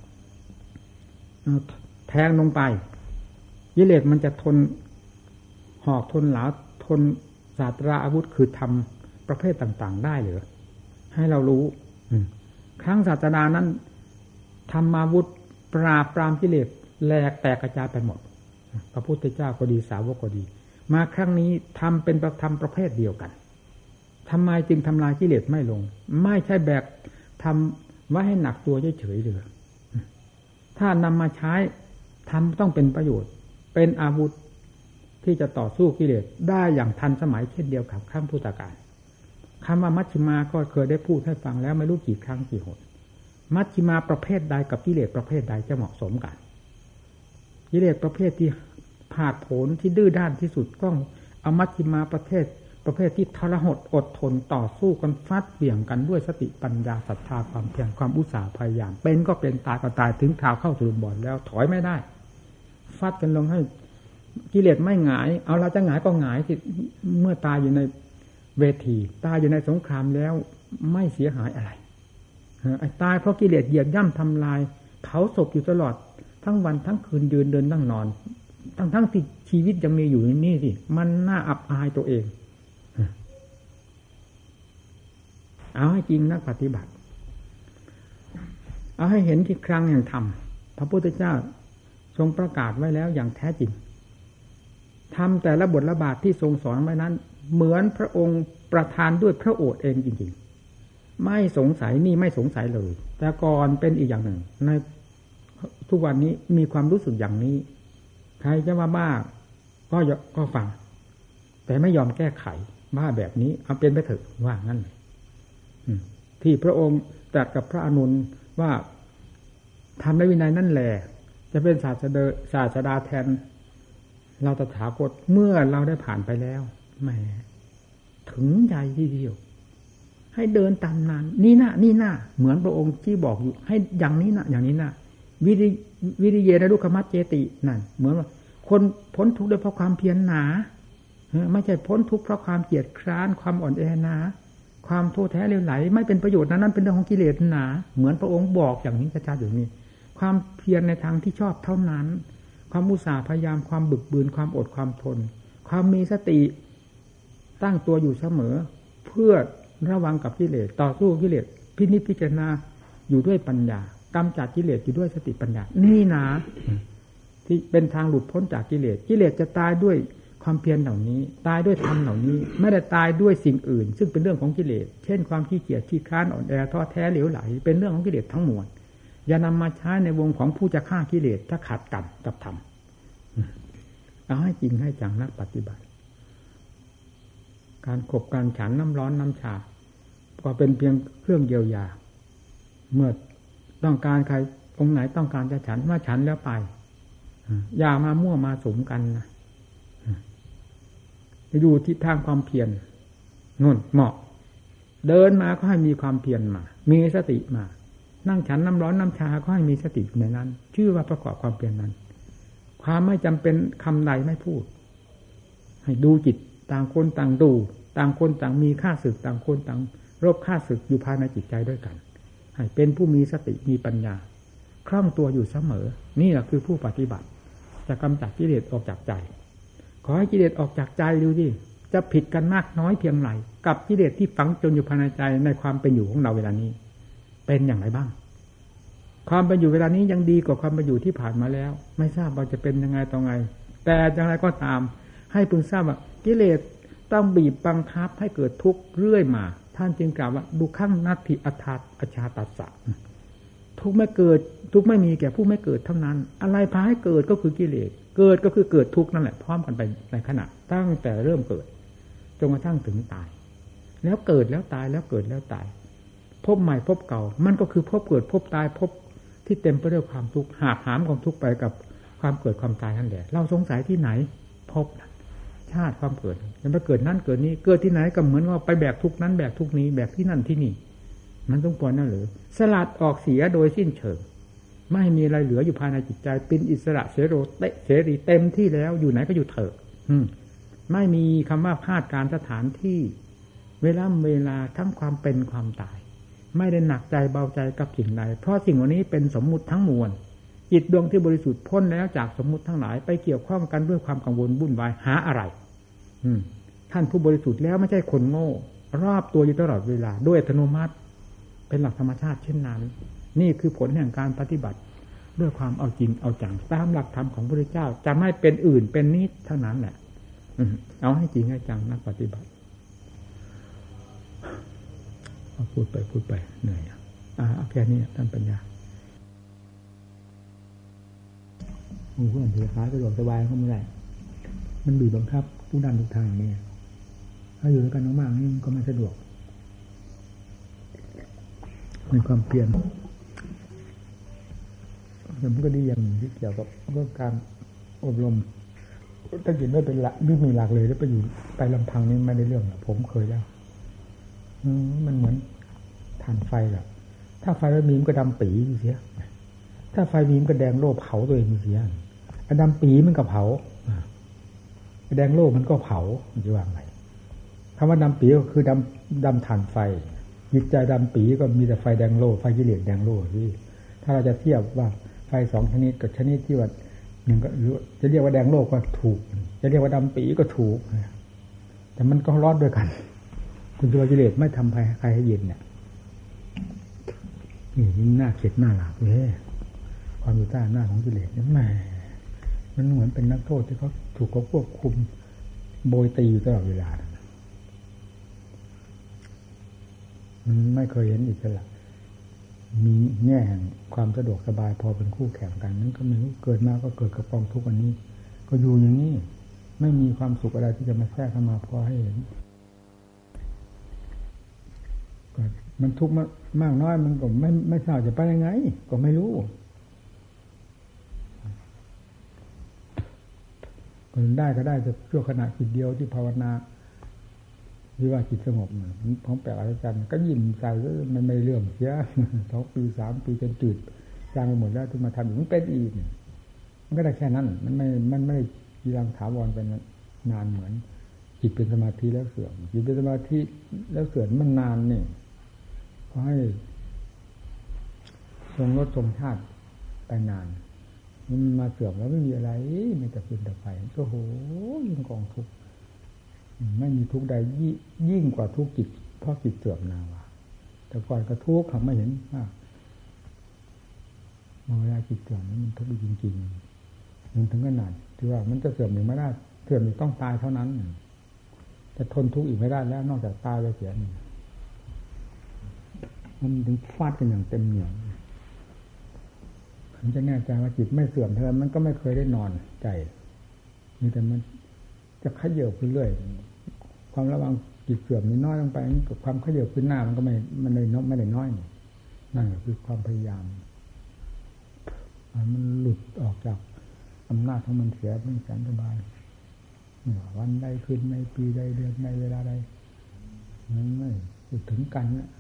แทงลงไปกิเลสมันจะทนหอกทนหลาทนศาสตราอาวุธคือธรรมประเภทต่างๆได้หรือให้เรารู้ครั้งศาสดานั้นธรรมาวุธปราบปรามกิเลสแหลกแตกกระจายไปหมดพระพุทธเจ้าก็ดีสาวกก็ดีมาครั้งนี้ทำเป็นประธรรมประเภทเดียวกันทำไมจึงทำลายกิเลสไม่ลงไม่ใช่แบกทำไว้ให้หนักตัวเฉยๆเลยถ้านำมาใช้ทำต้องเป็นประโยชน์เป็นอาวุธที่จะต่อสู้กิเลสได้อย่างทันสมัยเช่นเดียวกับครั้งพุทธกาลคำว่ามัชฌิมาก็เคยได้พูดให้ฟังแล้วไม่รู้กี่ครั้งกี่หนมัชฌิมาประเภทใดกับกิเลสประเภทใดจะเหมาะสมกันกิเลสประเภทที่ผาดโผนที่ดื้อด้านที่สุดต้องเอามัชฌิมาประเภทประเภทที่ทรหดอดทนต่อสู้กันฟัดเบี่ยงกันด้วยสติปัญญาศรัทธาความเพียรความอุตสาห์พยายามเป็นก็เป็นตายก็ตายถึงข่าวเข้าสู่บ่อนแล้วถอยไม่ได้ฟัดกันลงให้กิเลสไม่หงายเอาเราจะหงายก็หงายสิเมื่อตายอยู่ในเวทีตายอยู่ในสงครามแล้วไม่เสียหายอะไรไอ้ตายเพราะกิเลสเหยียบย่ำทำลายเผาศพอยู่ตลอดทั้งวันทั้งคืนยืนเดินนั่งนอนทั้งทั้งที่ชีวิตยังมีอยู่นี่สิมันน่าอับอายตัวเองเอาให้จริงนักปฏิบัติเอาให้เห็นที่ครั้งแห่งธรรมพระพุทธเจ้าทรงประกาศไว้แล้วอย่างแท้จริงธรรมแต่ละบทละบาทที่ทรงสอนไว้นั้นเหมือนพระองค์ประทานด้วยพระโอษฐ์เองจริงๆไม่สงสัยนี่ไม่สงสัยเลยแต่ก่อนเป็นอีกอย่างหนึ่งในทุกวันนี้มีความรู้สึกอย่างนี้ใครจะมาบ้าก็ก็ฟังแต่ไม่ยอมแก้ไขบ้าแบบนี้เอาเป็นไปเถอะว่างั้นที่พระองค์ตรัสกับพระอานนท์ว่าธรรมและวินัยนั่นแหละจะเป็นศาสดาศาสดาแทนเราตถาคตเมื่อเราได้ผ่านไปแล้วแหมถึงใจทีเดียวให้เดินตามนั้นนี่นะนี่นะเหมือนพระองค์ที่บอกอยู่ให้อย่างนี้นะอย่างนี้นะวิริวิริเยนะดุขมัจเจตินั่นเหมือนว่าคนพ้นทุกข์ด้วยเพราะความเพียรหนาไม่ใช่พ้นทุกข์เพราะความเกียจคร้านความอ่อนแอหนาความโทษแท้เลวไหลไม่เป็นประโยชน์นั้นนั้นเป็นเรื่องของกิเลสหนาเหมือนพระองค์บอกอย่างนี้ชัดๆอยู่นี่ความเพียรในทางที่ชอบเท่านั้นความอุตสาห์พยายามความบึกบืนความอดความทนความมีสติตั้งตัวอยู่เสมอเพื่อระวังกับกิเลสต่อสู้กิเลสพินิจพิจารณาอยู่ด้วยปัญญากำจัดกิเลสอยู่ด้วยสติปัญญานี่นะที่เป็นทางหลุดพ้นจากกิเลสกิเลสจะตายด้วยความเพียรเหล่านี้ตายด้วยธรรมเหล่านี้ไม่ได้ตายด้วยสิ่งอื่นซึ่งเป็นเรื่องของกิเลสเช่นความขี้เกียจขี้คร้านอ่อนแอท้อแท้เหลวไหลเป็นเรื่องของกิเลสทั้งมวลอย่านำมาใช้ในวงของผู้จะฆ่ากิเลสถ้าขัดกันกับธรรมเอาให้จริงให้จังนักปฏิบัติการขบการฉันน้ำร้อนน้ำชาก็เป็นเพียงเครื่องเยียวยาเมื่อต้องการใครองค์ไหนต้องการจะฉันมาฉันแล้วไปอย่ามามั่วมาสมกันนะอยู่ที่ทางความเพียรนู่นเหมาะเดินมาก็ให้มีความเพียรมามีสติมานั่งฉันน้ำร้อนน้ำชาก็ให้มีสติในนั้นชื่อว่าประกอบความเพียรนั้นความไม่จำเป็นคำใดไม่พูดให้ดูจิตต่างคนต่างดูต่างคนต่างมีค่าศึกต่างคนต่างรบค่าศึกอยู่ภายในจิตใจด้วยกันให้เป็นผู้มีสติมีปัญญาคล่องตัวอยู่เสมอนี่แหละคือผู้ปฏิบัติจะกำจัดกิเลสออกจากใจขอให้กิเลสออกจากใจดูดิจะผิดกันมากน้อยเพียงไรกับกิเลสที่ฝังจนอยู่ภายในใจในความเป็นอยู่ของเราเวลานี้เป็นอย่างไรบ้างความเป็นอยู่เวลานี้ยังดีกว่าความเป็นอยู่ที่ผ่านมาแล้วไม่ทราบว่าจะเป็นยังไงต่อไงแต่อย่างไรก็ตามให้พึงทราบว่ากิเลสต้องบีบบังคับให้เกิดทุกข์เรื่อยมาท่านจึงกล่าวว่าดุขังนัตถิอัฏฐาอชาตัสสะทุกข์ไม่เกิดทุกข์ไม่มีแก่ผู้ไม่เกิดเท่านั้นอะไรพาให้เกิดก็คือกิเลสเกิดก็คือเกิดทุกข์นั่นแหละพร้อมกันไปในขณะตั้งแต่เริ่มเกิดจนกระทั่งถึงตายแล้วเกิดแล้วตายแล้วเกิดแล้วตายพบใหม่พบเก่ามันก็คือพบเกิดพบตายพบที่เต็มไปด้วยความทุกข์หาบหามความทุกข์ไปกับความเกิดความตายนั่นแหละเราสงสัยที่ไหนพบชาติความเกิดยังไปเกิดนั่นเกิดนี้เกิดที่ไหนก็เหมือนว่าไปแบกทุกข์นั้นแบกทุกข์นี้แบกที่นั่นที่นี่มันต้องปล่อยนั่นหรือสลัดออกเสียโดยสิ้นเชิงไม่มีอะไรเหลืออยู่ภายในจิตใจเป็นอิสระเสโรเตเสรีเต็มที่แล้วอยู่ไหนก็อยู่เถอะไม่มีคำว่าคาดการสถานที่เวลาเวลาทั้งความเป็นความตายไม่ได้หนักใจเบาใจกับสิ่งใดเพราะสิ่งเหล่านี้เป็นสมมุติทั้งมวลจิตดวงที่บริสุทธิ์พ้นแล้วจากสมมุติทั้งหลายไปเกี่ยวข้องกันด้วยความกังวลวุ่นวายหาอะไรท่านผู้บริสุทธิ์แล้วไม่ใช่คนโง่รอบตัวอยู่ตลอดเวลาด้วยอัตโนมัติเป็นหลักธรรมชาติเช่นนั้นนี่คือผลแห่งการปฏิบัติด้วยความเอาจริงเอาจังตามหลักธรรมของพระพุทธเจ้าจะไม่เป็นอื่นเป็นนิดเท่านั้นแหละเอาให้จริงให้จังนักปฏิบัติพูดไปพูดไปเหนื่อยอ่ะเอาแค่นี้ท่านปัญญาเพื่อนถือขาสะดวกสบายก็ไม่ได้มันบีบบังคับทุกด้านทุกทางนี่ถ้าอยู่ด้วยกันมากๆนี่ก็ไม่สะดวกมีความเพียรแต่มันก็ดีอย่างที่เกี่ยวกับเรื่องการอบรมถ้าจิตไม่เป็นหลักไม่มีหลักเลยแล้วไปอยู่ไปลำพังนี่ไม่ได้เรื่องผมเคยแล้วมันเหมือนถ่านไฟแหละถ้าไฟไม่มีมันก็ดำปีอยู่เสียถ้าไฟมีมันก็แดงโลภเผาตัวเองอยู่เสียไอ้ดำปีมันก็เผาแดงโล่มันก็เผาจะว่าไงคำว่าดำปีก็คือดำดำถ่านไฟจิตใจดำปีก็มีแต่ไฟแดงโล่ไฟกิเลสแดงโล่ที่ถ้าเราจะเทียบว่าไฟสองชนิดกับชนิดที่ว่าหนึ่งก็จะเรียกว่าแดงโล่ก็ถูกจะเรียกว่าดำปีก็ถูกแต่มันก็ร้อนด้วยกันคุณตัวกิเลสไม่ทำใครใครให้เย็นเนี่ยนี่ยิ่งหน้าเข็ดหน้าหลาบเลยความอยู่ใต้อำนาจของกิเลสนี่แหมมันเหมือนเป็นนักโทษที่เขาถูกเขาควบคุมโบยตีอยู่ตลอดเวลามันไม่เคยเห็นอิสระมีแง่แห่งความสะดวกสบายพอเป็นคู่แข่งกันนั้นก็ไม่รู้เกิดมาก็เกิดกับกองทุกข์อันนี้ก็อยู่อย่างนี้ไม่มีความสุขอะไรที่จะมาแทรกเข้ามาพอให้เห็นก็มันทุกข์มากน้อยมันก็ไม่ไม่ทราบจะไปยังไงก็ไม่รู้ก็ได้ก็ได้จะชั่วขณะจิตเดียวที่ภาวนาที่ว่าจิตสงบมันของแปลกอะไรกันก็ยิ้มใจก็มันไม่เรื่องเสียสองปีสามปีจนจืดจางไปหมดแล้วถึงมาทำอีกมันเป็นอีกมันก็ได้แค่นั้นมันไม่มันไม่ยีรังถาวรเป็นนานเหมือนจิตเป็นสมาธิแล้วเสื่อมจิตเป็นสมาธิแล้วเสื่อมมันนานนี่พอให้ทรงรสทรงชาติไปนานมันมาเสื่อมแล้วไม่มีอะไรมีแต่ฟืนแต่ไฟโอ้โหยิ่งกองทุกข์ไม่มีทุกข์ใดยิ่งกว่าทุกข์จิตเพราะจิตเสื่อมนาวาแต่ก่อนก็ทุกข์ทำไม่เห็นว่าเวลาจิตเสื่อมนั้นมันทุกข์จริงๆมันถึงขนาดที่ว่ามันจะเสื่อมอยู่ไม่ได้เสื่อมอยู่ต้องตายเท่านั้นจะทนทุกข์อีกไม่ได้แล้วนอกจากตายไปเสียมันถึงฟาดกันอย่างเต็มเหนี่ยวผมจะแน่ใจว่าจิตไม่เสื่อมเท่านั้นมันก็ไม่เคยได้นอนใจมีแต่มันจะขยับขึ้นเรื่อยความระวังจิตเสื่อมนี่น้อยลงไปกับความขยับขึ้นหน้ามันก็ไม่มันเลยไม่ได้น้อยนั่นคือความพยายามมันหลุดออกจากอำนาจของมันเสียเป็นแสนสบายวันใดคืนในปีใดเดือนในเวลาใดมันไม่พูดถึงกันนะ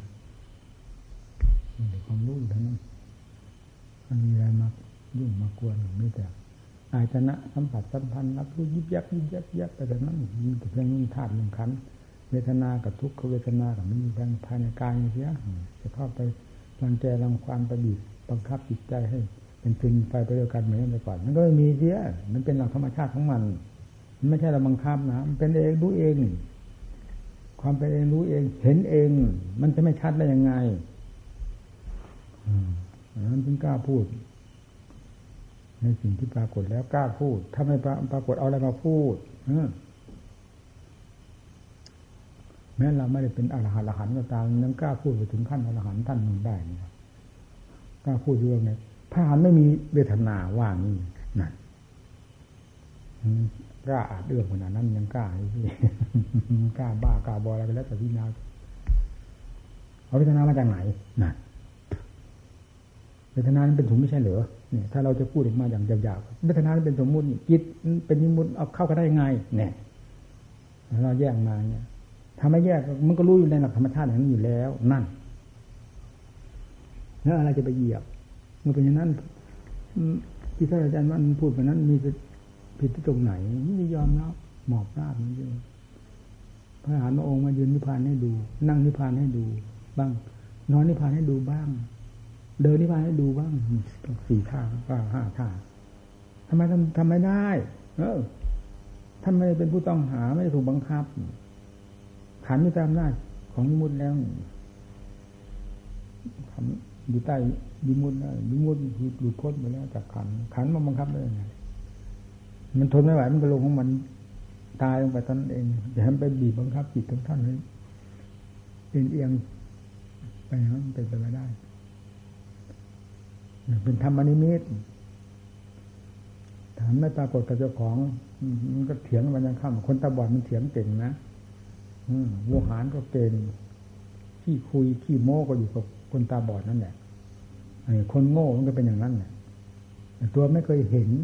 มีความรู้อยู่ทั้งนั้นมันมีอะไรมายุ่งมากวนไม่แต่อายชนะสัมผัสสัมพันธ์รับรู้ยิบยับยิบยับยับไปแต่นั้นมีแต่เพียงนุ่นธาตุนุ่นขันเวทนากับทุกขเวทนากับมันมีเพียงภายในกายเสียจะเข้าไปรังแกรังควานประดิษฐ์บังคับจิตใจให้เป็นฟืนไฟไปด้วยกันเหมือนแต่ก่อนมันก็ไม่มีเสียมันเป็นหลักธรรมชาติของมันมันไม่ใช่เราบังคับนะมันเป็นเองรู้เองความเป็นเองรู้เองเห็นเองมันจะไม่ชัดได้ยังไงนั้นถึงกล้าพูดในสิ่งที่ปรากฏแล้วกล้าพูดถ้าไม่ปรากฏเอาอะไรมาพูดแม้เราไม่ได้เป็นอรหันต์อรหันต์ก็ตามยังกล้าพูดไปถึงขั้นอรหันต์ท่านนึงได้นะกล้าพูดเรื่องนี้พระอรหันต์ไม่มีเวทนาว่างนี่นั่นกล้าอาจเอื้อมขนาดนั้นยังกล้าที่กล้าบ้ากล้าบออะไรไปแล้วแต่วินาเอาเวทนามาจากไหนนั่นเวทนานั้นเป็นสมมุติไม่ใช่เหรอเนี่ยถ้าเราจะพูดออกมาอย่างหยาบๆเวทนานั้นเป็นสมมุติจิตเป็นสมมุติเอาเข้ากันได้ยังไงเนี่ยเราแยกมาเนี่ยถ้าไม่แยกมันก็รู้อยู่ในหลักธรรมชาติอย่างนั้นอยู่แล้วนั่นแล้วอะไรจะไปเหยียบเมื่อเป็นอย่างนั้นที่ท่านอาจารย์ว่าพูดแบบนั้นมีผิดที่ตรงไหนไม่ยอมรับหมอบราบนี่เองพระอรหันต์พระองค์มายืนนิพพานให้ดูนั่งนิพพานให้ดูบ้างนอนนิพพานให้ดูบ้างเดินนิพพานให้ดูบ้างสี่ท่าบ้างห้าท่าทำไมทำทำไม่ได้เออท่านไม่ได้เป็นผู้ต้องหาไม่ได้ถูกบังคับขันอยู่ตามอำนาจของวิมุตติแล้วขันอยู่ใต้วิมุตติแล้ววิมุตติหลุดพ้นไปแล้วจากขันขันมาบังคับได้ยังไงมันทนไม่ไหวมันก็ลงของมันตายลงไปตอนนั้นเองอย่าให้ไปบีบบังคับจิตของท่านให้เอียงเอียงไปนั้นเป็นไปไม่ได้เป็นธรรมนิมิตถามไม่ปรากฏกับเจ้าของมันก็เถียงมันยังค่ำคนตาบอดมันเถียงเก่งนะโวหารก็เก่งขี้คุยขี้โม้ก็อยู่กับคนตาบอดนั่นแหละคนโง่มันก็เป็นอย่างนั้นแหละตัวไม่เคยเห็น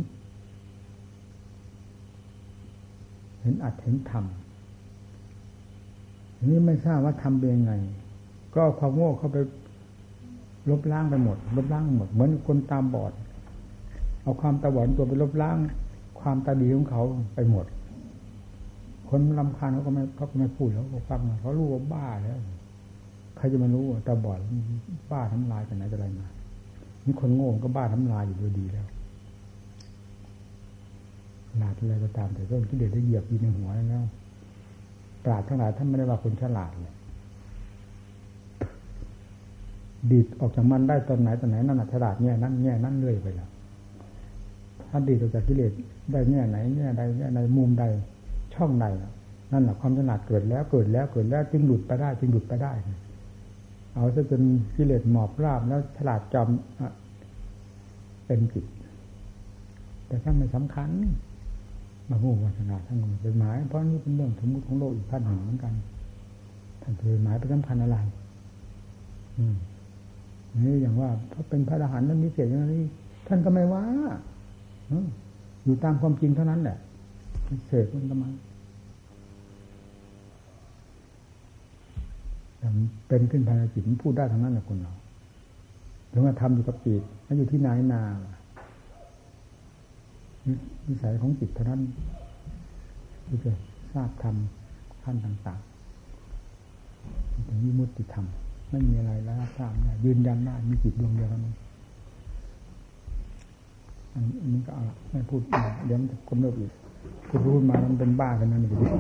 เห็นอัดเห็นทำนี่ไม่ทราบว่าทำเป็นยังไงก็เอาความโง่เข้าไปลบล้างไปหมดลบล้างหมดเหมือนคนตาบอดเอาความตาบอดตัวไปลบล้างความตาดีของเขาไปหมดคนรำคาญเขาก็ไม่เขาก็ไม่พูดแล้วเขาฟังเขารู้ว่าบ้าแล้วใครจะมารู้ตาบอดบ้าทำลายกันไหนจะอะไรมานี่คนโง่ก็บ้าทำลายอยู่โดยดีแล้วฉลาดอะไรก็ตามแต่ต้นที่เด็ดได้เหยียบอยู่ในหัวแล้วปราชญ์ทั้งหลายท่านไม่ได้ว่าคนฉลาดเลยดีดออกจากมันได้ตอนไหนตอนไหนนั่นน่ะฉลาดแง่นั้นแง่นั้นเรื่อยไปแล้วถ้าดีดออกจากกิเลสได้แง่ไหนแง่ใดแง่ใดมุมใดช่องใดนั่นแหละความฉลาดเกิดแล้วเกิดแล้วเกิดแล้วจึงหลุดไปได้จึงหลุดไปได้เอาซะจนกิเลสหมอบราบแล้วฉลาดจอมเป็นจิตแต่ท่านไม่สำคัญมาโง่มาฉลาดท่านเป็นหมายเพราะนี่เป็นเรื่องสมมติของโลกอีกขั้นหนึ่งเหมือนกันท่านเป็นหมายไปสำคัญอะไรอืมนี่อย่างว่าพระเป็นพระอรหันต์นั้นมีเศษอย่างนี้ท่านก็ไม่ว่าอยู่ตามความจริงเท่านั้นแหละเศษมันก็มาเป็นขึ้นภายในจิตมันพูดได้ทั้งนั้นแหละคนเราถึงว่าทำอยู่กับจิตแล้วอยู่ที่ไหนนานิสัยของจิตเท่านั้นที่จะทราบธรรมขั้นต่างๆถึงวิมุตติธรรมไม่มีอะไรแล้วทราบได้ยืนยันได้มีจิตดวงเดียวเท่านั้นอันนี้ก็เอาละไม่พูดเดี๋ยวมันจะกำเริบอีกพูดมามันเป็นบ้ากันนั่นเอง